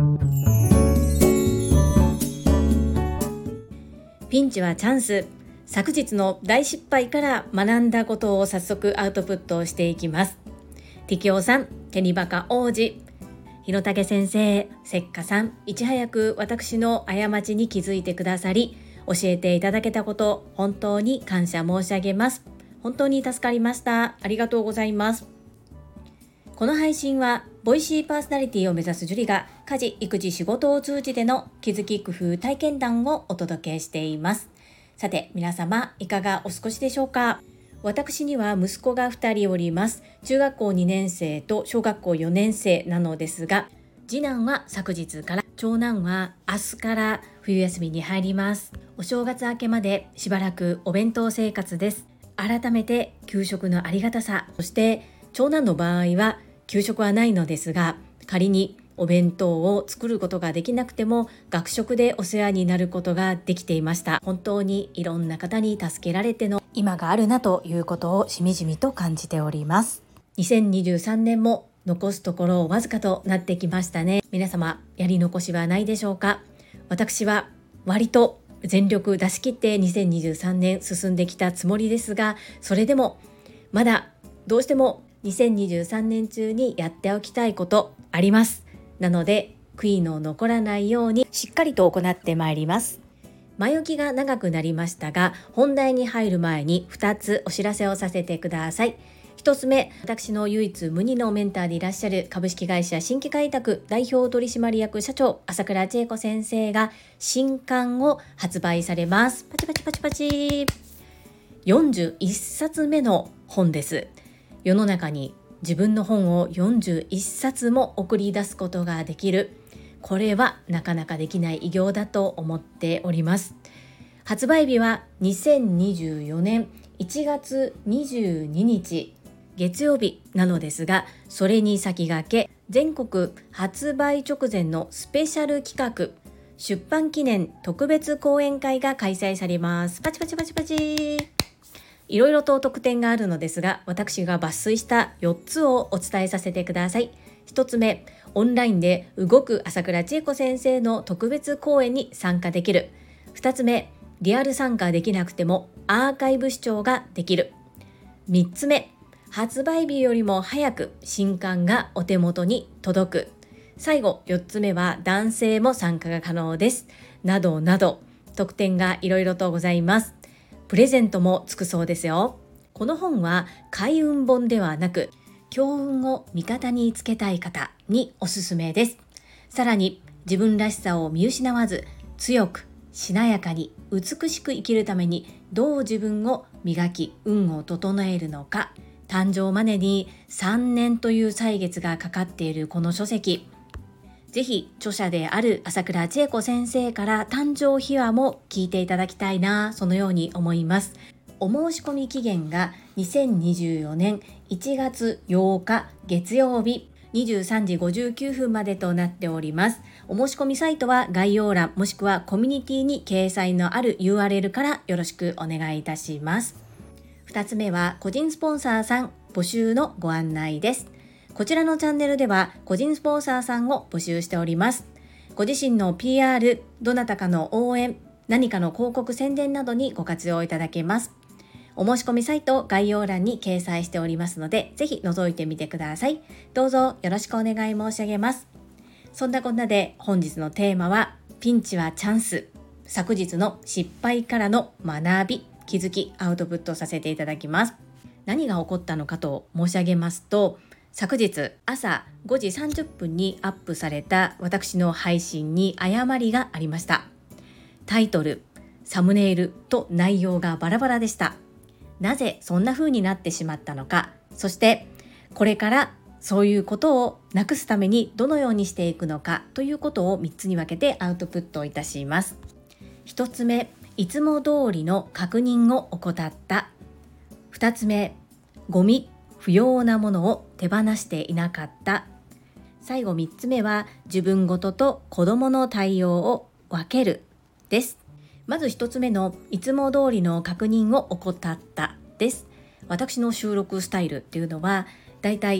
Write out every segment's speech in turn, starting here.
ピンチはチャンス。昨日の大失敗から学んだことを早速アウトプットをしていきます。適応さん、テニバカ王子、広武先生、せっかさん、いち早く私の過ちに気づいてくださり、教えていただけたこと、本当に感謝申し上げます。本当に助かりました。ありがとうございます。この配信は、ボイシーパーソナリティを目指すジュリが、家事・育児・仕事を通じての気づき・工夫・体験談をお届けしています。さて、皆様、いかがお過ごしでしょうか？私には息子が2人おります。中学校2年生と小学校4年生なのですが、次男は昨日から、長男は明日から冬休みに入ります。お正月明けまでしばらくお弁当生活です。改めて給食のありがたさ、そして長男の場合は給食はないのですが、仮にお弁当を作ることができなくても学食でお世話になることができていました。本当にいろんな方に助けられての今があるなということをしみじみと感じております。2023年も残すところわずかとなってきましたね。皆様、やり残しはないでしょうか？私は割と全力出し切って2023年進んできたつもりですが、それでもまだどうしても2023年中にやっておきたいことあります。なので悔いの残らないようにしっかりと行ってまいります。前置きが長くなりましたが、本題に入る前に2つお知らせをさせてください。1つ目、私の唯一無二のメンターでいらっしゃる株式会社新規開拓代表取締役社長朝倉千恵子先生が新刊を発売されます。パチパチパチパチ。41冊目の本です。世の中に自分の本を41冊も送り出すことができる。これはなかなかできない偉業だと思っております。発売日は2024年1月22日月曜日なのですが、それに先駆け全国発売直前のスペシャル企画出版記念特別講演会が開催されます。パチパチパチパチ。いろいろと特典があるのですが、私が抜粋した4つをお伝えさせてください。1つ目、オンラインで動く朝倉千恵子先生の特別講演に参加できる。2つ目、リアル参加できなくてもアーカイブ視聴ができる。3つ目、発売日よりも早く新刊がお手元に届く。最後、4つ目は男性も参加が可能です。などなど、特典がいろいろとございます。プレゼントもつくそうですよ。この本は開運本ではなく、強運を味方につけたい方におすすめです。さらに自分らしさを見失わず、強くしなやかに美しく生きるためにどう自分を磨き運を整えるのか、誕生までに3年という歳月がかかっているこの書籍、ぜひ著者である朝倉千恵子先生から誕生秘話も聞いていただきたいな、そのように思います。お申し込み期限が2024年1月8日月曜日23時59分までとなっております。お申し込みサイトは概要欄もしくはコミュニティに掲載のある URL からよろしくお願いいたします。2つ目は個人スポンサーさん募集のご案内です。こちらのチャンネルでは個人スポンサーさんを募集しております。ご自身の PR、どなたかの応援、何かの広告宣伝などにご活用いただけます。お申し込みサイト概要欄に掲載しておりますので、ぜひ覗いてみてください。どうぞよろしくお願い申し上げます。そんなこんなで本日のテーマはピンチはチャンス。昨日の失敗からの学び、気づき、アウトプットさせていただきます。何が起こったのかと申し上げますと、昨日朝5時30分にアップされた私の配信に誤りがありました。タイトル、サムネイルと内容がバラバラでした。なぜそんな風になってしまったのか、そしてこれからそういうことをなくすためにどのようにしていくのかということを3つに分けてアウトプットいたします。1つ目、いつも通りの確認を怠った。2つ目、ゴミ、不要なものを手放していなかった。最後3つ目は自分ごとと子どもの対応を分けるです。まず1つ目のいつも通りの確認を怠ったです。私の収録スタイルっていうのはだいたい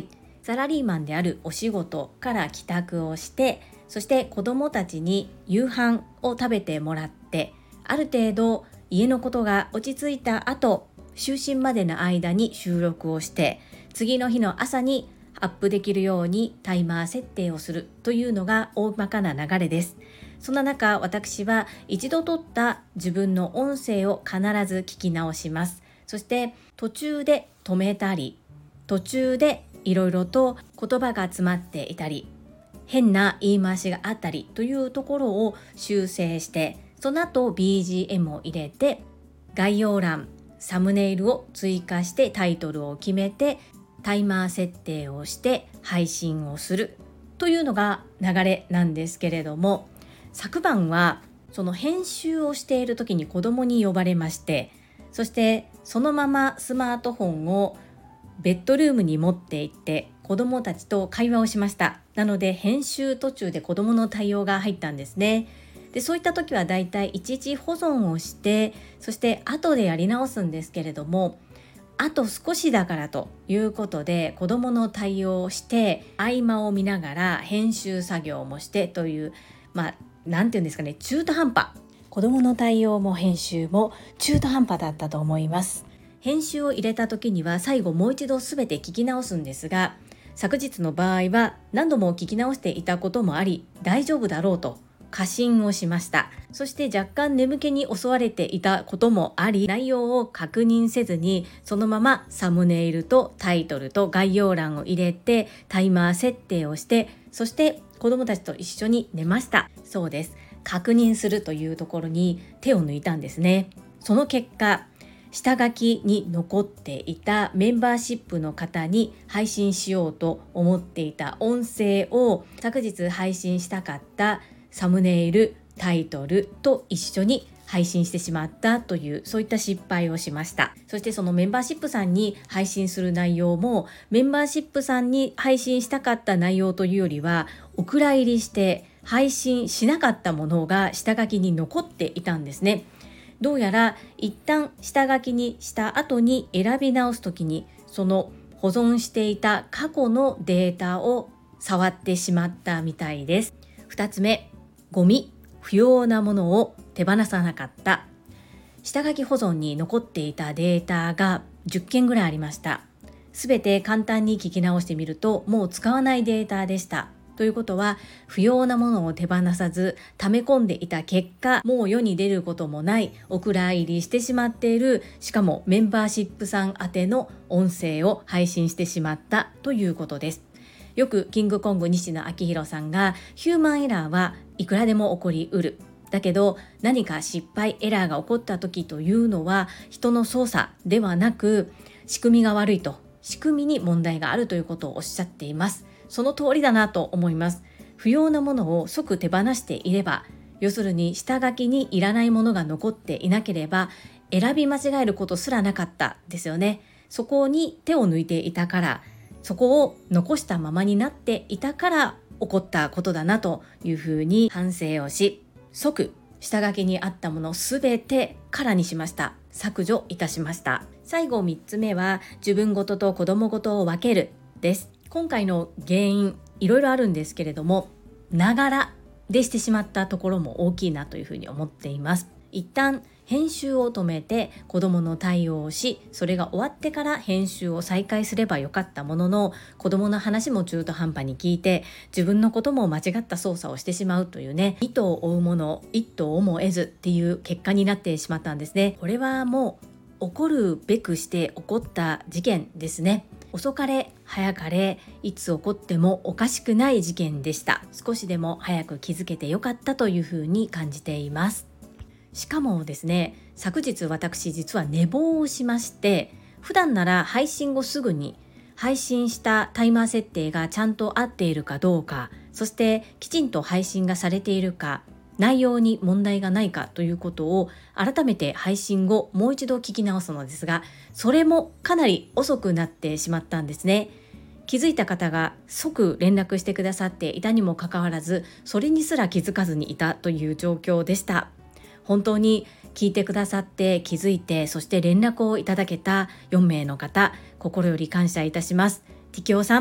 サラリーマンであるお仕事から帰宅をして、そして子どもたちに夕飯を食べてもらって、ある程度家のことが落ち着いた後、就寝までの間に収録をして、次の日の朝にアップできるようにタイマー設定をするというのが大まかな流れです。そんな中、私は一度撮った自分の音声を必ず聞き直します。そして途中で止めたり、途中でいろいろと言葉が詰まっていたり、変な言い回しがあったりというところを修正して、その後 BGM を入れて、概要欄、サムネイルを追加してタイトルを決めて、タイマー設定をして配信をするというのが流れなんですけれども、昨晩はその編集をしている時に子供に呼ばれまして、そしてそのままスマートフォンをベッドルームに持って行って子供たちと会話をしました。なので編集途中で子供の対応が入ったんですね。で、そういった時はだいたい一時保存をして、そして後でやり直すんですけれども、あと少しだからということで子供の対応をして、合間を見ながら編集作業もしてという、なんていうんですかね、中途半端。子供の対応も編集も中途半端だったと思います。編集を入れた時には最後もう一度すべて聞き直すんですが、昨日の場合は何度も聞き直していたこともあり、大丈夫だろうと過信をしました。そして若干眠気に襲われていたこともあり、内容を確認せずにそのままサムネイルとタイトルと概要欄を入れてタイマー設定をして、そして子どもたちと一緒に寝ました。そうです。確認するというところに手を抜いたんですね。その結果、下書きに残っていたメンバーシップの方に配信しようと思っていた音声を昨日配信したかったサムネイル、タイトルと一緒に配信してしまったという、そういった失敗をしました。そしてそのメンバーシップさんに配信する内容も、メンバーシップさんに配信したかった内容というよりは、お蔵入りして配信しなかったものが下書きに残っていたんですね。どうやら一旦下書きにした後に選び直すときに、その保存していた過去のデータを触ってしまったみたいです。2つ目、ゴミ、不要なものを手放さなかった。下書き保存に残っていたデータが10件ぐらいありました。すべて簡単に聞き直してみると、もう使わないデータでした。ということは、不要なものを手放さず溜め込んでいた結果、もう世に出ることもないお蔵入りしてしまっている、しかもメンバーシップさん宛ての音声を配信してしまったということです。よくキングコング西野昭弘さんが、ヒューマンエラーはいくらでも起こりうる。だけど何か失敗エラーが起こった時というのは人の操作ではなく仕組みが悪いと、仕組みに問題があるということをおっしゃっています。その通りだなと思います。不要なものを即手放していれば、要するに下書きにいらないものが残っていなければ選び間違えることすらなかったですよね。そこに手を抜いていたから、そこを残したままになっていたから起こったことだなというふうに反省をし、即下書きにあったものすべて空にしました。削除いたしました。最後3つ目は、自分ごとと子供ごとを分けるです。今回の原因いろいろあるんですけれども、ながらでしてしまったところも大きいなというふうに思っています。一旦編集を止めて子どもの対応をし、それが終わってから編集を再開すればよかったものの、子どもの話も中途半端に聞いて自分のことも間違った操作をしてしまうというね、意図を追うもの一途をも得ずっていう結果になってしまったんですね。これはもう起こるべくして起こった事件ですね。遅かれ早かれいつ起こってもおかしくない事件でした。少しでも早く気づけてよかったというふうに感じています。しかもですね、昨日私実は寝坊をしまして、普段なら配信後すぐに配信したタイマー設定がちゃんと合っているかどうか、そしてきちんと配信がされているか、内容に問題がないかということを改めて配信後もう一度聞き直すのですが、それもかなり遅くなってしまったんですね。気づいた方が即連絡してくださっていたにもかかわらず、それにすら気づかずにいたという状況でした。本当に聞いてくださって気づいて、そして連絡をいただけた4名の方、心より感謝いたします。ティキオさん、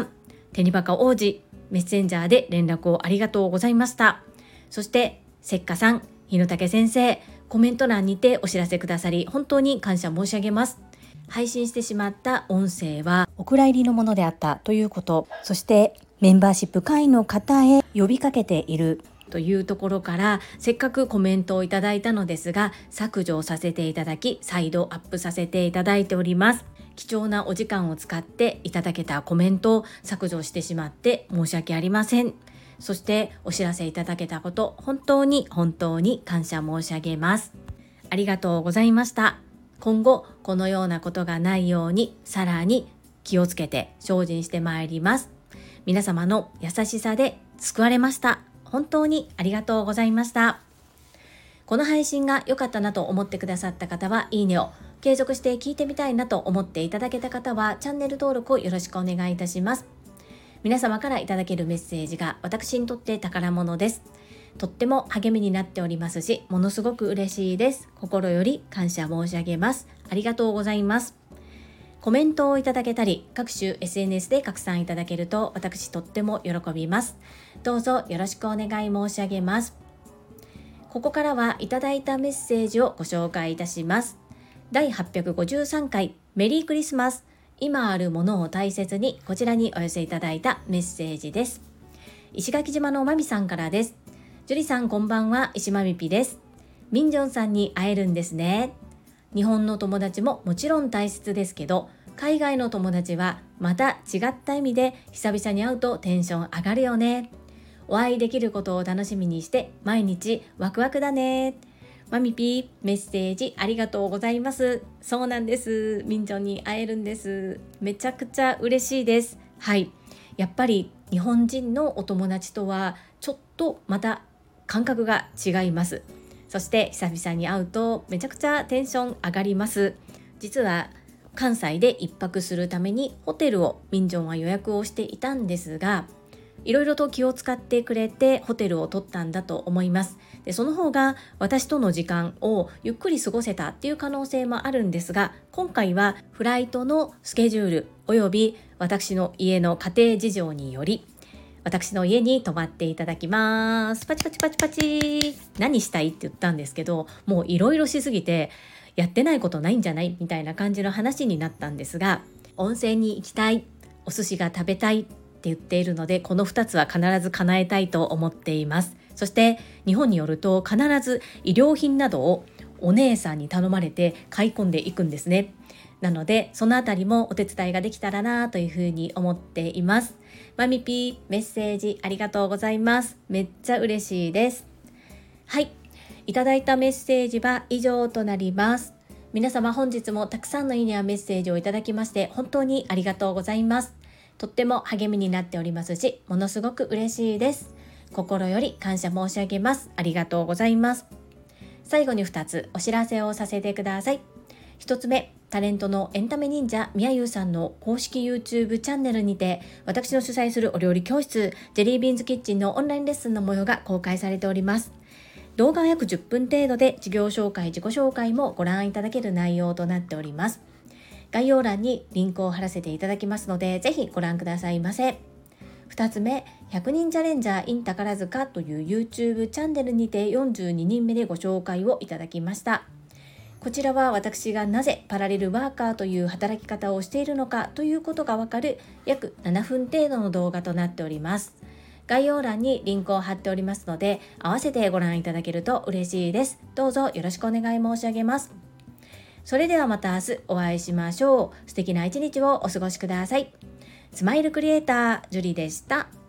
テニバカ王子、メッセンジャーで連絡をありがとうございました。そしてせっかさん、日野武先生、コメント欄にてお知らせくださり本当に感謝申し上げます。配信してしまった音声はお蔵入りのものであったということ、そしてメンバーシップ会員の方へ呼びかけているというところから、せっかくコメントをいただいたのですが削除させていただき、再度アップさせていただいております。貴重なお時間を使っていただけたコメントを削除してしまって申し訳ありません。そしてお知らせいただけたこと、本当に感謝申し上げます。ありがとうございました。今後このようなことがないようにさらに気をつけて精進してまいります。皆様の優しさで救われました。本当にありがとうございました。この配信が良かったなと思ってくださった方はいいねを、継続して聞いてみたいなと思っていただけた方はチャンネル登録をよろしくお願いいたします。皆様からいただけるメッセージが私にとって宝物です。とっても励みになっておりますし、ものすごく嬉しいです。心より感謝申し上げます。ありがとうございます。コメントをいただけたり、各種 SNS で拡散いただけると私とっても喜びます。どうぞよろしくお願い申し上げます。ここからはいただいたメッセージをご紹介いたします。第853回メリークリスマス。今あるものを大切に、こちらにお寄せいただいたメッセージです。石垣島のまみさんからです。ジュリさんこんばんは、石まみぴです。ミンジョンさんに会えるんですね。日本の友達ももちろん大切ですけど、海外の友達はまた違った意味で久々に会うとテンション上がるよね。お会いできることを楽しみにして毎日ワクワクだね。マミピー、メッセージありがとうございます。そうなんです。ミンジョンに会えるんです。めちゃくちゃ嬉しいです。はい。やっぱり日本人のお友達とはちょっとまた感覚が違います。そして久々に会うとめちゃくちゃテンション上がります。実は関西で一泊するためにホテルをミンジョンは予約をしていたんですが、いろいろと気を使ってくれてホテルを取ったんだと思います。で、その方が私との時間をゆっくり過ごせたっていう可能性もあるんですが、今回はフライトのスケジュールおよび私の家の家庭事情により、私の家に泊まっていただきます。パチパチパチパチ。何したいって言ったんですけど、もういろいろしすぎてやってないことないんじゃないみたいな感じの話になったんですが、温泉に行きたい、お寿司が食べたいって言っているので、この2つは必ず叶えたいと思っています。そして日本によると必ず衣料品などをお姉さんに頼まれて買い込んでいくんですね。なのでそのあたりもお手伝いができたらなというふうに思っています。マミピー、メッセージありがとうございます。めっちゃ嬉しいです。はい、いただいたメッセージは以上となります。皆様本日もたくさんのいいねやメッセージをいただきまして本当にありがとうございます。とっても励みになっておりますし、ものすごく嬉しいです。心より感謝申し上げます。ありがとうございます。最後に2つお知らせをさせてください。1つ目、タレントのエンタメ忍者みやゆうさんの公式 YouTube チャンネルにて、私の主催するお料理教室ジェリービーンズキッチンのオンラインレッスンの模様が公開されております。動画は約10分程度で、事業紹介、自己紹介もご覧いただける内容となっております。概要欄にリンクを貼らせていただきますので、ぜひご覧くださいませ。2つ目、100人チャレンジャー in 宝塚という YouTube チャンネルにて42人目でご紹介をいただきました。こちらは私がなぜパラレルワーカーという働き方をしているのかということがわかる約7分程度の動画となっております。概要欄にリンクを貼っておりますので、合わせてご覧いただけると嬉しいです。どうぞよろしくお願い申し上げます。それではまた明日お会いしましょう。素敵な一日をお過ごしください。スマイルクリエイタージュリでした。